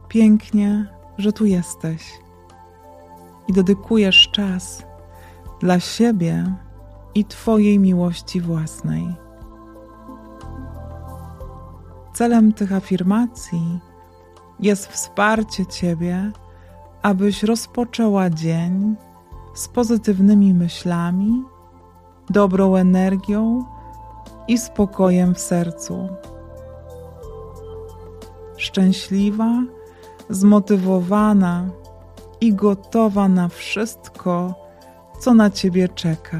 Pięknie, że tu jesteś i dedykujesz czas dla siebie i Twojej miłości własnej. Celem tych afirmacji jest wsparcie Ciebie, abyś rozpoczęła dzień z pozytywnymi myślami, dobrą energią i spokojem w sercu. Szczęśliwa, zmotywowana i gotowa na wszystko, co na Ciebie czeka.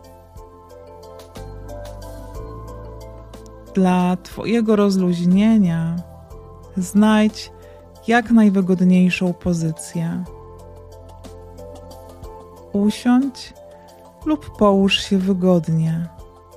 Dla Twojego rozluźnienia znajdź jak najwygodniejszą pozycję. Usiądź lub połóż się wygodnie.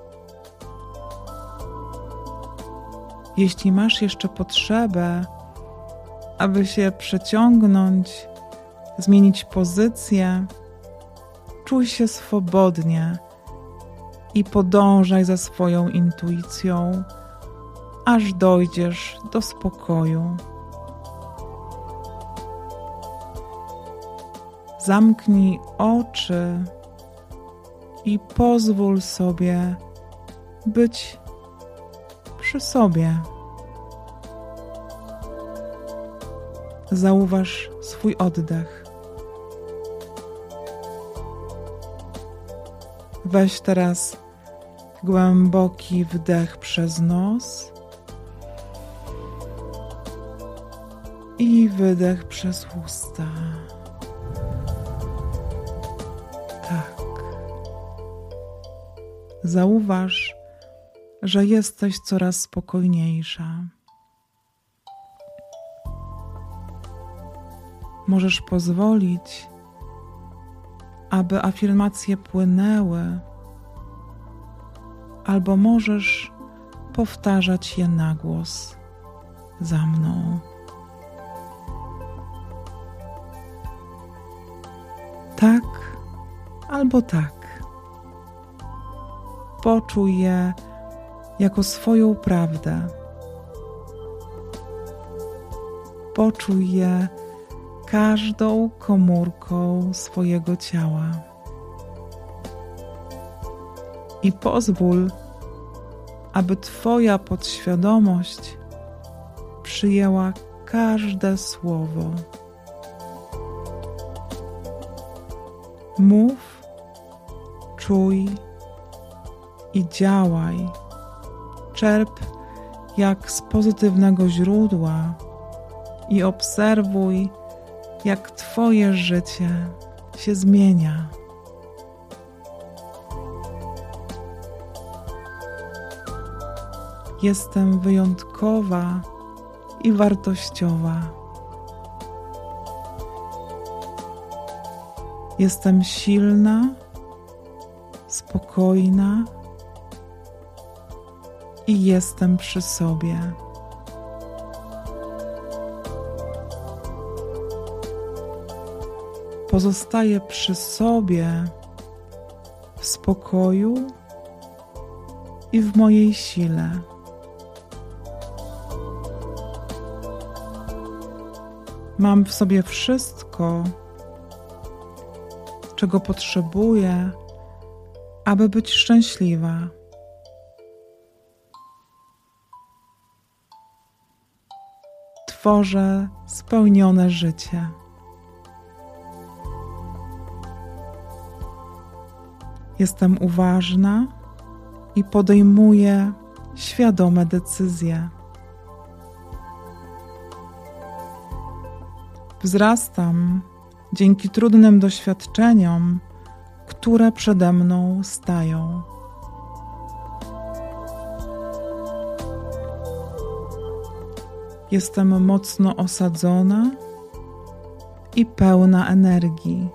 Jeśli masz jeszcze potrzebę, aby się przeciągnąć, zmienić pozycję, czuj się swobodnie i podążaj za swoją intuicją, aż dojdziesz do spokoju. Zamknij oczy i pozwól sobie być przy sobie. Zauważ swój oddech. Weź teraz głęboki wdech przez nos i wydech przez usta. Tak. Zauważ, że jesteś coraz spokojniejsza. Możesz pozwolić, aby afirmacje płynęły, albo możesz powtarzać je na głos za mną. Tak albo tak. Poczuj je jako swoją prawdę. Poczuj je każdą komórką swojego ciała. I pozwól, aby Twoja podświadomość przyjęła każde słowo. Mów, czuj i działaj. Czerp jak z pozytywnego źródła i obserwuj, jak Twoje życie się zmienia. Jestem wyjątkowa i wartościowa. Jestem silna, spokojna i jestem przy sobie. Pozostaję przy sobie w spokoju i w mojej sile. Mam w sobie wszystko, czego potrzebuję, aby być szczęśliwa. Tworzę spełnione życie. Jestem uważna i podejmuję świadome decyzje. Wzrastam dzięki trudnym doświadczeniom, które przede mną stają. Jestem mocno osadzona i pełna energii.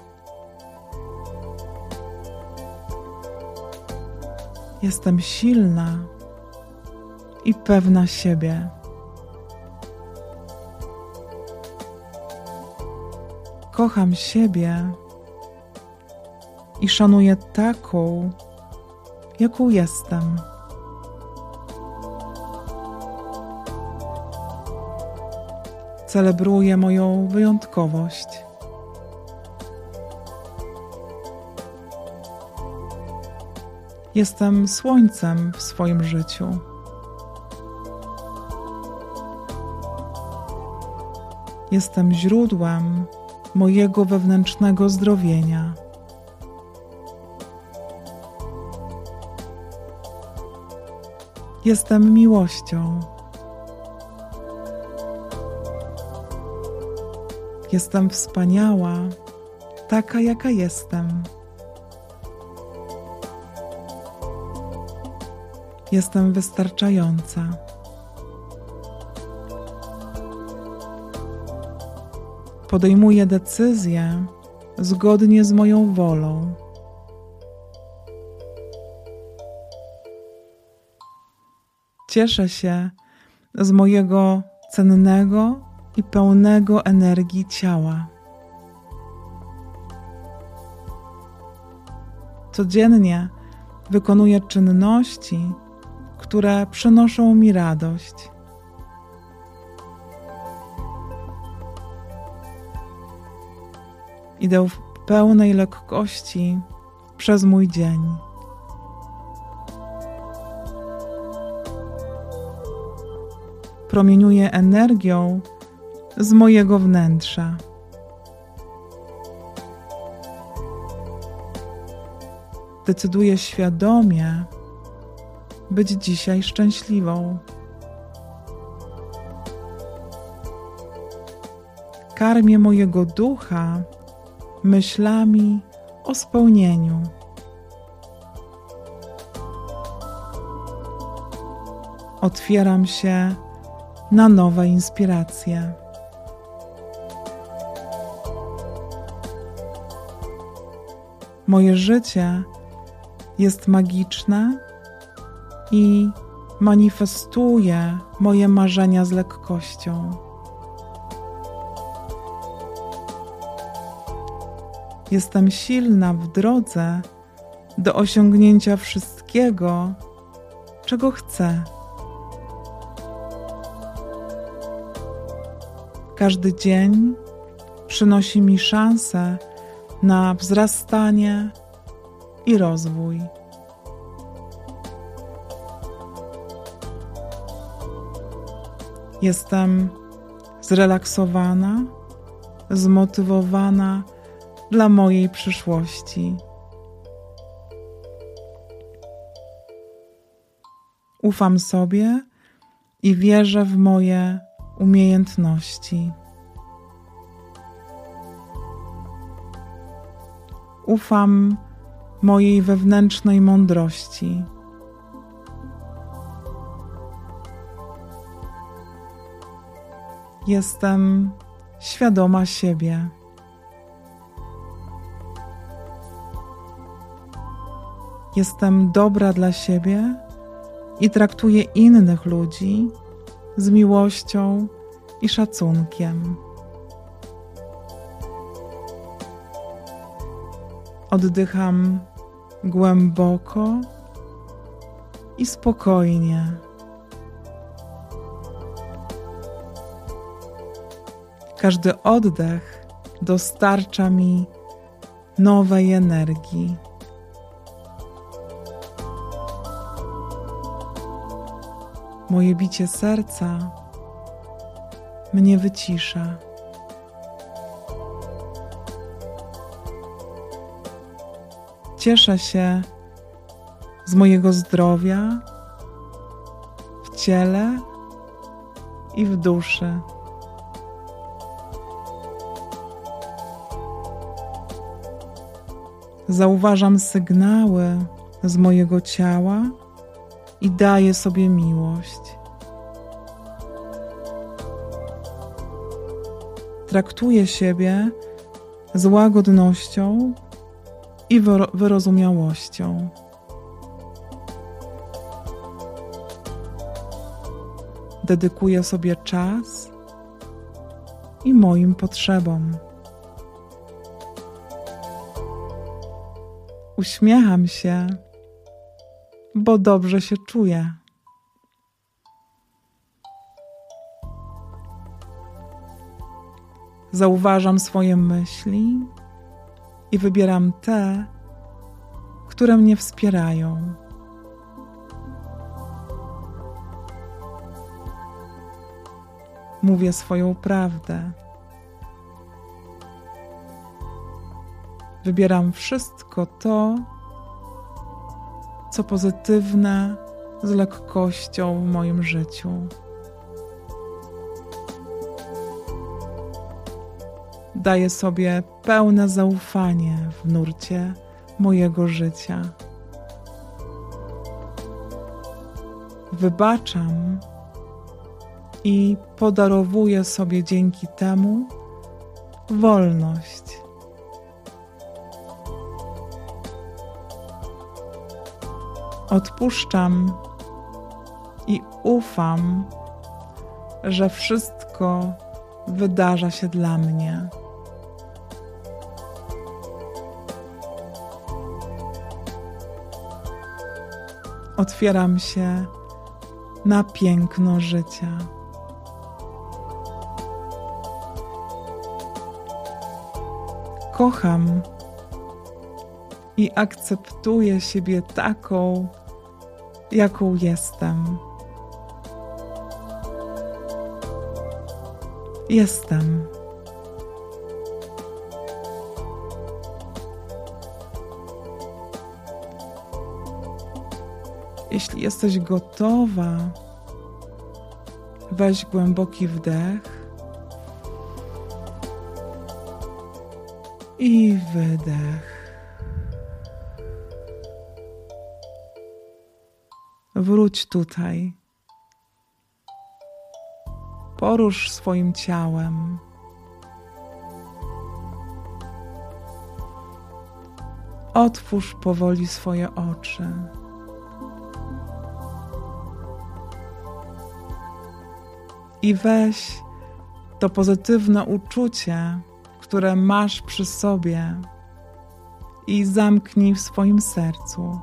Jestem silna i pewna siebie. Kocham siebie i szanuję taką, jaką jestem. celebruję moją wyjątkowość. Jestem słońcem w swoim życiu. Jestem źródłem mojego wewnętrznego zdrowienia. Jestem miłością. Jestem wspaniała, taka jaka jestem. Jestem wystarczająca. Podejmuję decyzje zgodnie z moją wolą. Cieszę się z mojego cennego i pełnego energii ciała. Codziennie wykonuję czynności, które przynoszą mi radość. Idę w pełnej lekkości przez mój dzień. Promieniuję energią z mojego wnętrza. Decyduję świadomie być dzisiaj szczęśliwą. Karmię mojego ducha myślami o spełnieniu. Otwieram się na nowe inspiracje. Moje życie jest magiczne i manifestuje moje marzenia z lekkością. Jestem silna w drodze do osiągnięcia wszystkiego, czego chcę. Każdy dzień przynosi mi szansę na wzrastanie i rozwój. Jestem zrelaksowana, zmotywowana dla mojej przyszłości. Ufam sobie i wierzę w moje umiejętności. Ufam mojej wewnętrznej mądrości. Jestem świadoma siebie. Jestem dobra dla siebie i traktuję innych ludzi z miłością i szacunkiem. Oddycham głęboko i spokojnie. Każdy oddech dostarcza mi nowej energii. Moje bicie serca mnie wycisza. Cieszę się z mojego zdrowia w ciele i w duszy. Zauważam sygnały z mojego ciała i daję sobie miłość. Traktuję siebie z łagodnością i wyrozumiałością. Dedykuję sobie czas i moim potrzebom. Uśmiecham się, bo dobrze się czuję. Zauważam swoje myśli i wybieram te, które mnie wspierają. Mówię swoją prawdę. Wybieram wszystko to, co pozytywne, z lekkością w moim życiu. Daję sobie pełne zaufanie w nurcie mojego życia. Wybaczam i podarowuję sobie dzięki temu wolność. Odpuszczam i ufam, że wszystko wydarza się dla mnie. Otwieram się na piękno życia. Kocham i akceptuję siebie taką, jaką jestem. Jestem. Jeśli jesteś gotowa, weź głęboki wdech i wydech. Wróć tutaj. Porusz swoim ciałem. Otwórz powoli swoje oczy. I weź to pozytywne uczucie, które masz przy sobie, i zamknij w swoim sercu.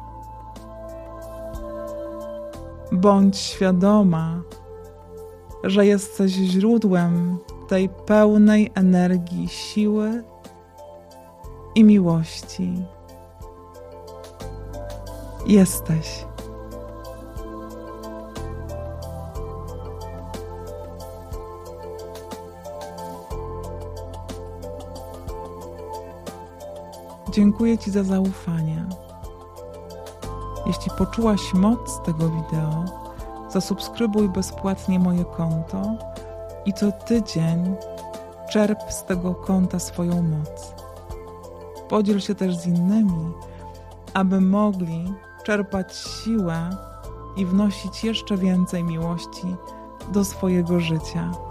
Bądź świadoma, że jesteś źródłem tej pełnej energii, siły i miłości. Jesteś. Dziękuję Ci za zaufanie. Jeśli poczułaś moc tego wideo, zasubskrybuj bezpłatnie moje konto i co tydzień czerp z tego konta swoją moc. Podziel się też z innymi, aby mogli czerpać siłę i wnosić jeszcze więcej miłości do swojego życia.